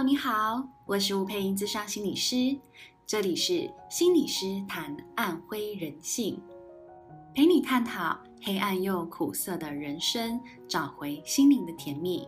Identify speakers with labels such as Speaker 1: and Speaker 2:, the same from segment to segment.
Speaker 1: Hello， 你好，我是吴佩莹諮商心理师，这里是心理师谈暗灰人性，陪你探讨黑暗又苦涩的人生，找回心灵的甜蜜。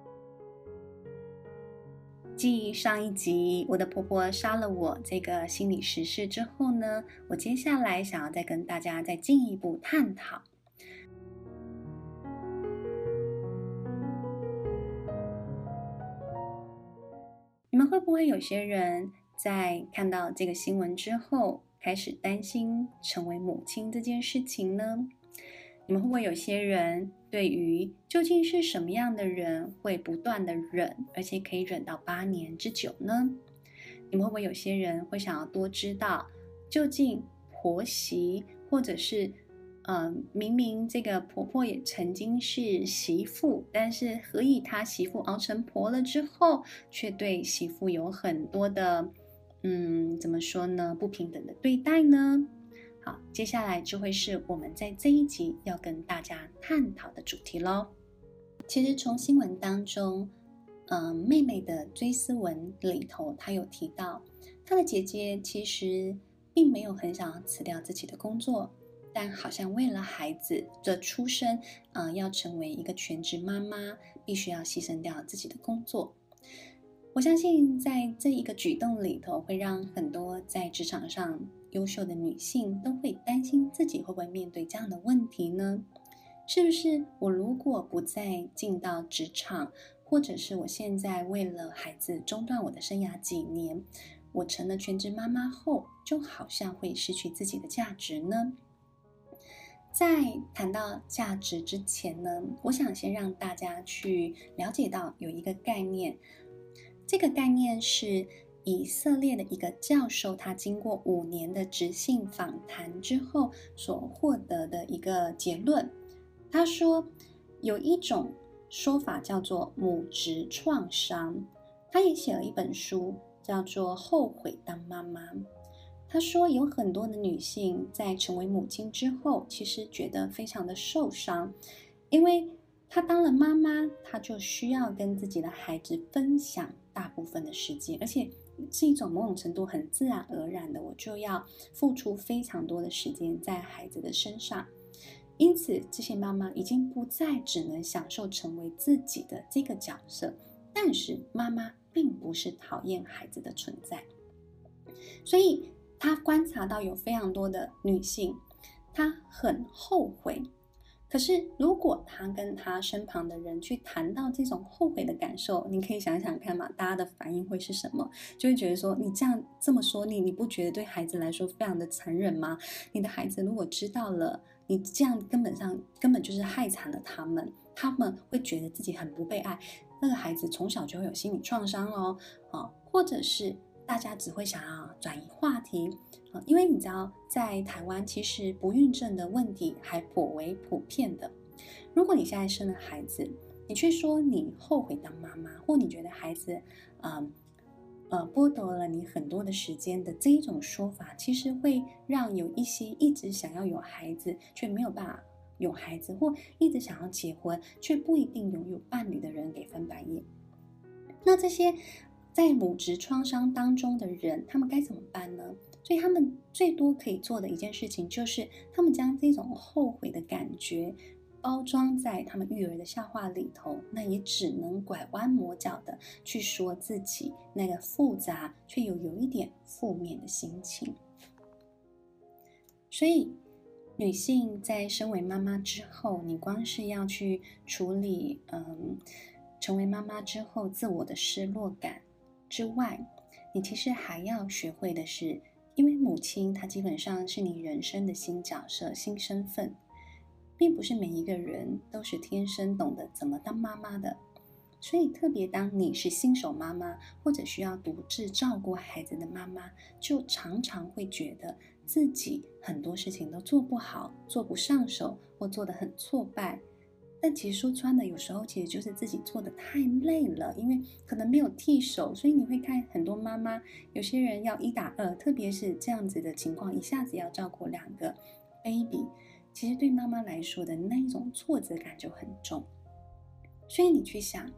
Speaker 1: 继上一集我的婆婆杀了我这个心理时事之后呢，我接下来想要再跟大家再进一步探讨。你们会不会有些人在看到这个新闻之后，开始担心成为母亲这件事情呢？你们会不会有些人对于究竟是什么样的人会不断的忍，而且可以忍到8年之久呢？你们会不会有些人会想要多知道，究竟婆媳或者是明明这个婆婆也曾经是媳妇，但是何以她媳妇熬成婆了之后，却对媳妇有很多的怎么说呢，不平等的对待呢？好，接下来就会是我们在这一集要跟大家探讨的主题咯。其实从新闻当中妹妹的追思文里头，她有提到她的姐姐其实并没有很想要辞掉自己的工作，但好像为了孩子的出生要成为一个全职妈妈，必须要牺牲掉自己的工作。我相信在这一个举动里头，会让很多在职场上优秀的女性都会担心自己会不会面对这样的问题呢？是不是我如果不再进到职场，或者是我现在为了孩子中断我的生涯几年，我成了全职妈妈后，就好像会失去自己的价值呢？在谈到价值之前呢，我想先让大家去了解到有一个概念，这个概念是以色列的一个教授，他经过5年的质性访谈之后所获得的一个结论。他说有一种说法叫做母职创伤，他也写了一本书叫做《后悔当妈妈》。他说有很多的女性在成为母亲之后，其实觉得非常的受伤，因为她当了妈妈，她就需要跟自己的孩子分享大部分的时间，而且是一种某种程度很自然而然的，我就要付出非常多的时间在孩子的身上。因此这些妈妈已经不再只能享受成为自己的这个角色，但是妈妈并不是讨厌孩子的存在。所以她观察到有非常多的女性，她很后悔，可是如果她跟她身旁的人去谈到这种后悔的感受，你可以想想看嘛，大家的反应会是什么？就会觉得说，你这么说，你不觉得对孩子来说非常的残忍吗？你的孩子如果知道了你这样，根本就是害惨了他们会觉得自己很不被爱，那个孩子从小就会有心理创伤哦，或者是大家只会想要转移话题，因为你知道在台湾其实不孕症的问题还颇为普遍的。如果你现在生了孩子，你去说你后悔当妈妈，或你觉得孩子剥夺了你很多的时间的这一种说法，其实会让有一些一直想要有孩子却没有办法有孩子，或一直想要结婚却不一定拥有伴侣的人给翻白眼。那这些在母职创伤当中的人，他们该怎么办呢？所以他们最多可以做的一件事情，就是他们将这种后悔的感觉包装在他们育儿的笑话里头，那也只能拐弯抹角的去说自己那个复杂却有一点负面的心情。所以女性在身为妈妈之后，你光是要去处理成为妈妈之后自我的失落感之外，你其实还要学会的是，因为母亲她基本上是你人生的新角色、新身份，并不是每一个人都是天生懂得怎么当妈妈的。所以特别当你是新手妈妈，或者需要独自照顾孩子的妈妈，就常常会觉得自己很多事情都做不好，做不上手，或做得很挫败。但其实说穿了，有时候其实就是自己做得太累了，因为可能没有替手，所以你会看很多妈妈，有些人要1打2，特别是这样子的情况，一下子要照顾2个 baby， 其实对妈妈来说的那一种挫折感就很重。所以你去想，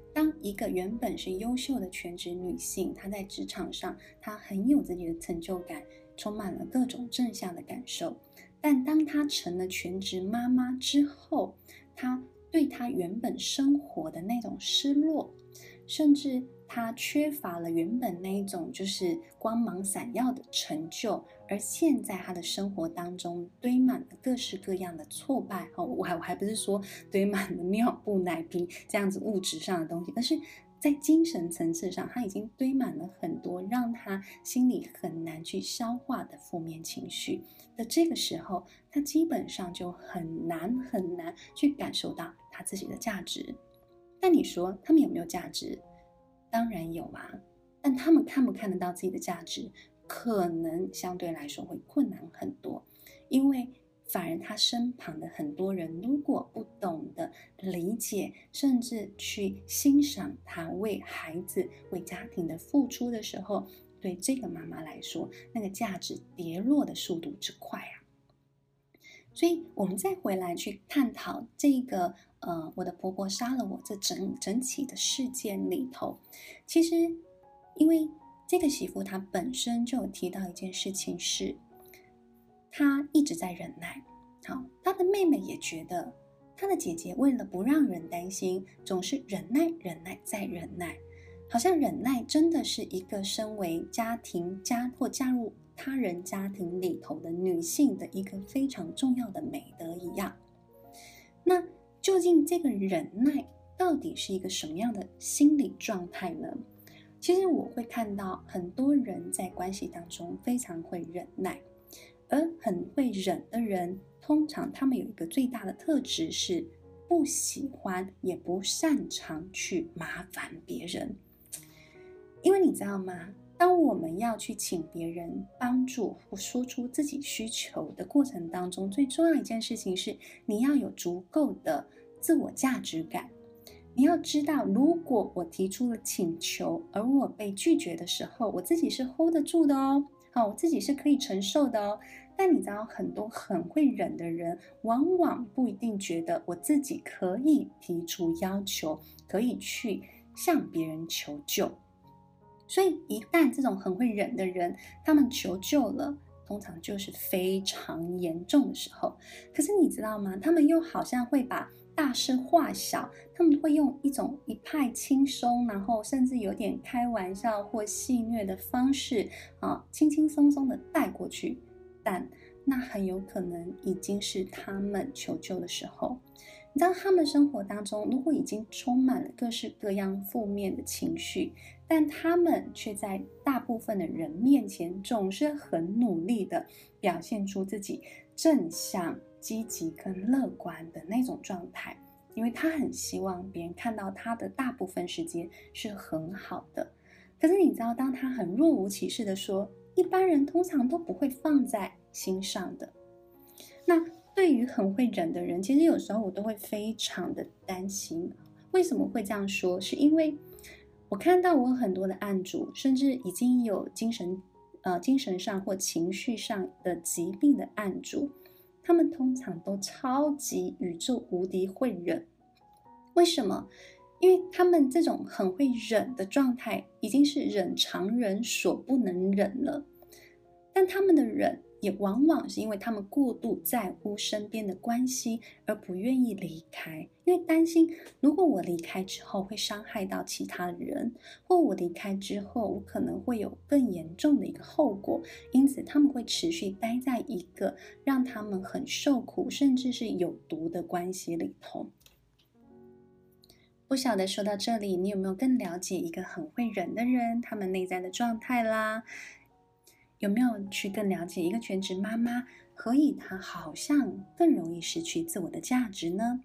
Speaker 1: 当一个原本是优秀的全职女性，她在职场上，她很有自己的成就感，充满了各种正向的感受。但当她成了全职妈妈之后，她对她原本生活的那种失落，甚至她缺乏了原本那一种就是光芒闪耀的成就，而现在她的生活当中堆满了各式各样的挫败。我还不是说堆满了尿布奶瓶这样子物质上的东西，而是在精神层次上，她已经堆满了很多让她心里很难去消化的负面情绪的这个时候，她基本上就很难去感受到她自己的价值。但你说他们有没有价值？当然有啊，但他们看不看得到自己的价值，可能相对来说会困难很多。因为反而他身旁的很多人如果不懂得理解，甚至去欣赏他为孩子为家庭的付出的时候，对这个妈妈来说，那个价值跌落的速度之快啊。所以我们再回来去探讨这个我的婆婆杀了我这整起的事件里头，其实因为这个媳妇她本身就有提到一件事情是，她一直在忍耐。好，她的妹妹也觉得她的姐姐为了不让人担心，总是忍耐再忍耐，好像忍耐真的是一个身为嫁入他人家庭里头的女性的一个非常重要的美德一样。那究竟这个忍耐到底是一个什么样的心理状态呢？其实我会看到很多人在关系当中非常会忍耐，而很会忍的人，通常他们有一个最大的特质是不喜欢也不擅长去麻烦别人。因为你知道吗？当我们要去请别人帮助或说出自己需求的过程当中，最重要一件事情是你要有足够的自我价值感。你要知道，如果我提出了请求，而我被拒绝的时候，我自己是 hold 得住的哦，我自己是可以承受的哦。但你知道，很多很会忍的人，往往不一定觉得我自己可以提出要求，可以去向别人求救。所以一旦这种很会忍的人，他们求救了，通常就是非常严重的时候。可是你知道吗？他们又好像会把大事化小，他们会用一种一派轻松，然后甚至有点开玩笑或戏谑的方式轻轻松松的带过去。但那很有可能已经是他们求救的时候。你知道他们生活当中如果已经充满了各式各样负面的情绪，但他们却在大部分的人面前总是很努力的表现出自己正向、积极跟乐观的那种状态，因为他很希望别人看到他的大部分时间是很好的。可是你知道，当他很若无其事的说，一般人通常都不会放在心上的。那对于很会忍的人，其实有时候我都会非常的担心。为什么会这样说？是因为我看到我很多的案主，甚至已经有精神上或情绪上的疾病的案主，他们通常都超级宇宙无敌会忍。为什么？因为他们这种很会忍的状态，已经是忍常人所不能忍了。但他们的忍也往往是因为他们过度在乎身边的关系而不愿意离开，因为担心如果我离开之后会伤害到其他人，或我离开之后我可能会有更严重的一个后果，因此他们会持续待在一个让他们很受苦甚至是有毒的关系里头。不晓得说到这里，你有没有更了解一个很会忍的人他们内在的状态啦？有没有去更了解一个全职妈妈何以她好像更容易失去自我的价值呢？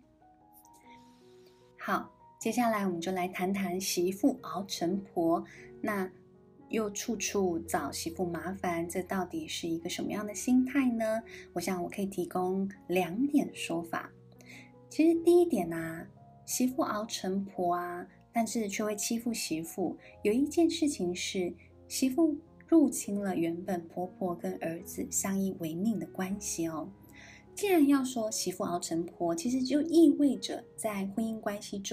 Speaker 1: 好，接下来我们就来谈谈媳妇熬成婆，那又处处找媳妇麻烦，这到底是一个什么样的心态呢？我想我可以提供2点说法。其实第一点媳妇熬成婆但是却会欺负媳妇，有一件事情是媳妇入侵了原本婆婆跟儿子相依为命的关系哦。既然要说媳妇熬成婆，其实就意味着在婚姻关系中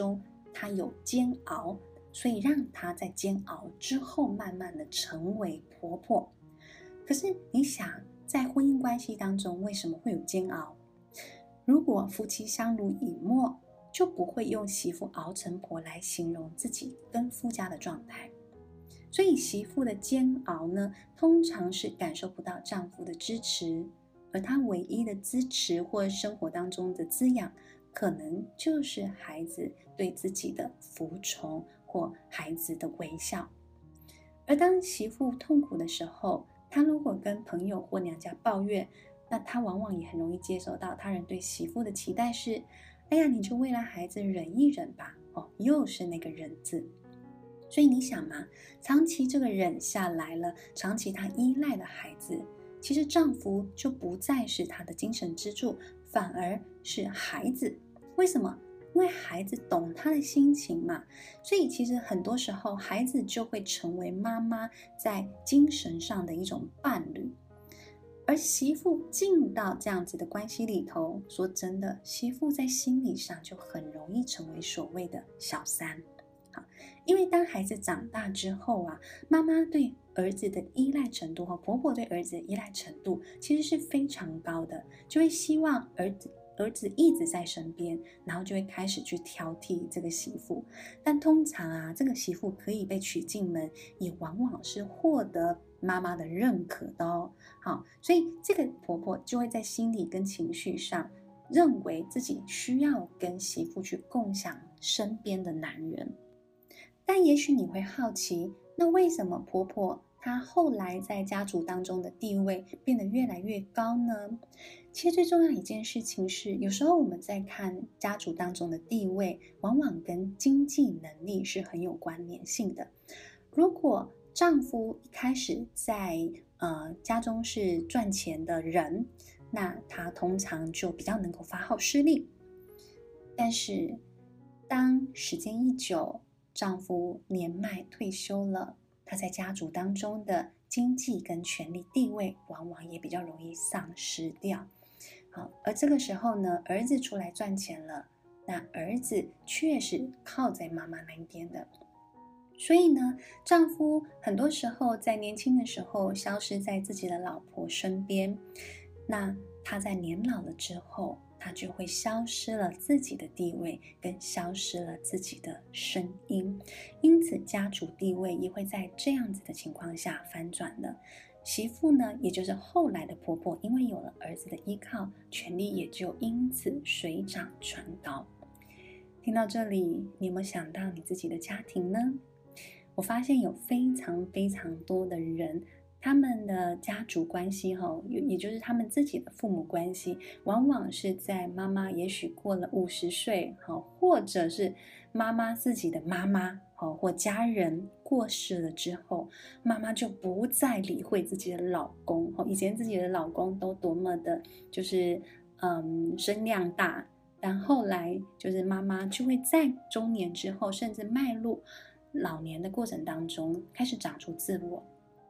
Speaker 1: 她有煎熬，所以让她在煎熬之后慢慢的成为婆婆。可是你想，在婚姻关系当中为什么会有煎熬？如果夫妻相濡以沫，就不会用媳妇熬成婆来形容自己跟夫家的状态。所以媳妇的煎熬呢，通常是感受不到丈夫的支持，而她唯一的支持或生活当中的滋养，可能就是孩子对自己的服从或孩子的微笑。而当媳妇痛苦的时候，她如果跟朋友或娘家抱怨，那她往往也很容易接受到他人对媳妇的期待是，哎呀，你就为了孩子忍一忍吧，又是那个忍字。所以你想嘛，长期这个忍下来了，长期她依赖的孩子，其实丈夫就不再是她的精神支柱，反而是孩子。为什么？因为孩子懂她的心情嘛，所以其实很多时候孩子就会成为妈妈在精神上的一种伴侣。而媳妇进到这样子的关系里头，说真的，媳妇在心理上就很容易成为所谓的小三。好，因为当孩子长大之后啊，妈妈对儿子的依赖程度和婆婆对儿子的依赖程度其实是非常高的，就会希望儿子一直在身边，然后就会开始去挑剔这个媳妇。但通常啊，这个媳妇可以被娶进门，也往往是获得妈妈的认可的哦。好，所以这个婆婆就会在心理跟情绪上认为自己需要跟媳妇去共享身边的男人。但也许你会好奇，那为什么婆婆她后来在家族当中的地位变得越来越高呢？其实最重要一件事情是，有时候我们在看家族当中的地位，往往跟经济能力是很有关联性的。如果丈夫一开始在家中是赚钱的人，那他通常就比较能够发号施令。但是当时间一久，丈夫年迈退休了，他在家族当中的经济跟权力地位往往也比较容易丧失掉。好，而这个时候呢，儿子出来赚钱了，那儿子确实靠在妈妈那一边的。所以呢，丈夫很多时候在年轻的时候消失在自己的老婆身边，那他在年老了之后，他就会消失了自己的地位，跟消失了自己的声音，因此家族地位也会在这样子的情况下翻转了。媳妇呢，也就是后来的婆婆，因为有了儿子的依靠，权力也就因此水涨船高。听到这里，你有没有想到你自己的家庭呢？我发现有非常非常多的人，他们的家族关系也就是他们自己的父母关系，往往是在妈妈也许过了50岁，或者是妈妈自己的妈妈或家人过世了之后，妈妈就不再理会自己的老公。以前自己的老公都多么的就是声量大，但后来就是妈妈就会在中年之后，甚至迈入老年的过程当中开始长出自我。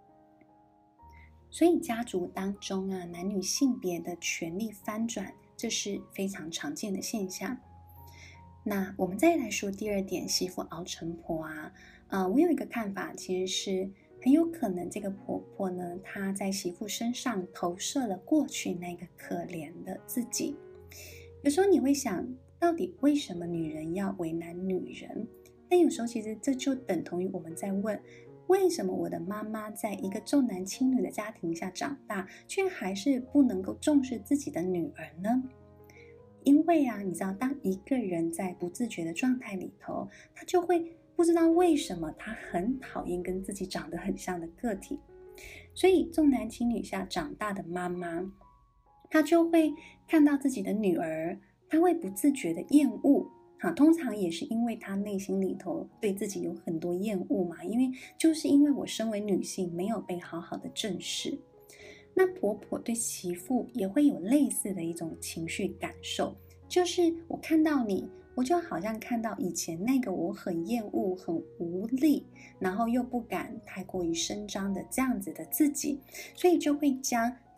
Speaker 1: 所以家族当中啊，男女性别的权力翻转，这是非常常见的现象。那我们再来说第二点，媳妇熬成婆啊，我有一个看法，其实是很有可能这个婆婆呢，她在媳妇身上投射了过去那个可怜的自己。有时候你会想，到底为什么女人要为难女人？但有时候其实这就等同于我们在问，为什么我的妈妈在一个重男轻女的家庭下长大，却还是不能够重视自己的女儿呢？因为啊，你知道，当一个人在不自觉的状态里头，他就会不知道为什么他很讨厌跟自己长得很像的个体。所以重男轻女下长大的妈妈，她就会看到自己的女儿，她会不自觉的厌恶。通常也是因为她内心里头对自己有很多厌恶嘛，就是因为我身为女性没有被好好的正视。那婆婆对媳妇也会有类似的一种情绪感受，就是我看到你，我就好像看到以前那个我很厌恶、很无力，然后又不敢太过于声张的这样子的自己，所以就会将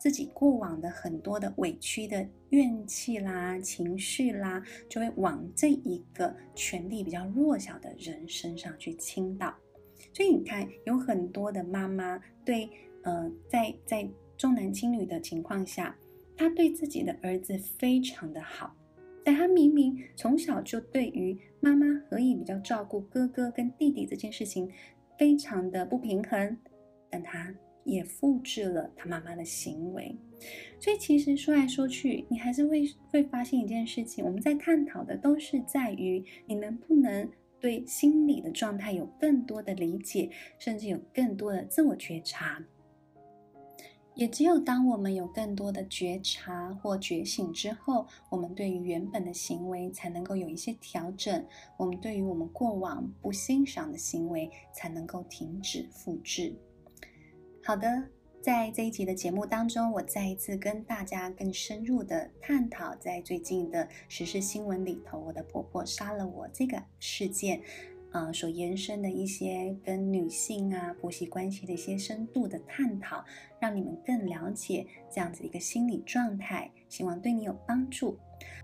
Speaker 1: 自己过往的很多的委屈的怨气啦、情绪啦，就会往这一个权力比较弱小的人身上去倾倒。所以你看，有很多的妈妈对在重男轻女的情况下，她对自己的儿子非常的好，但她明明从小就对于妈妈何以比较照顾哥哥跟弟弟这件事情非常的不平衡，但她也复制了她妈妈的行为。所以其实说来说去，你还是会发现一件事情，我们在探讨的都是在于你能不能对心理的状态有更多的理解，甚至有更多的自我觉察。也只有当我们有更多的觉察或觉醒之后，我们对于原本的行为才能够有一些调整，我们对于我们过往不欣赏的行为才能够停止复制。好的，在这一集的节目当中，我再一次跟大家更深入的探讨在最近的时事新闻里头，我的婆婆杀了我这个事件所延伸的一些跟女性婆媳关系的一些深度的探讨，让你们更了解这样子一个心理状态，希望对你有帮助。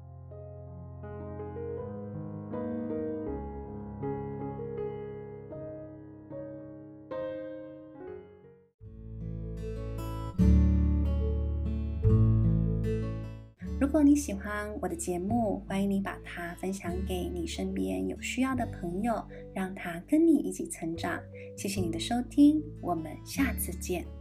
Speaker 1: 如果你喜欢我的节目，欢迎你把它分享给你身边有需要的朋友，让他跟你一起成长。谢谢你的收听，我们下次见。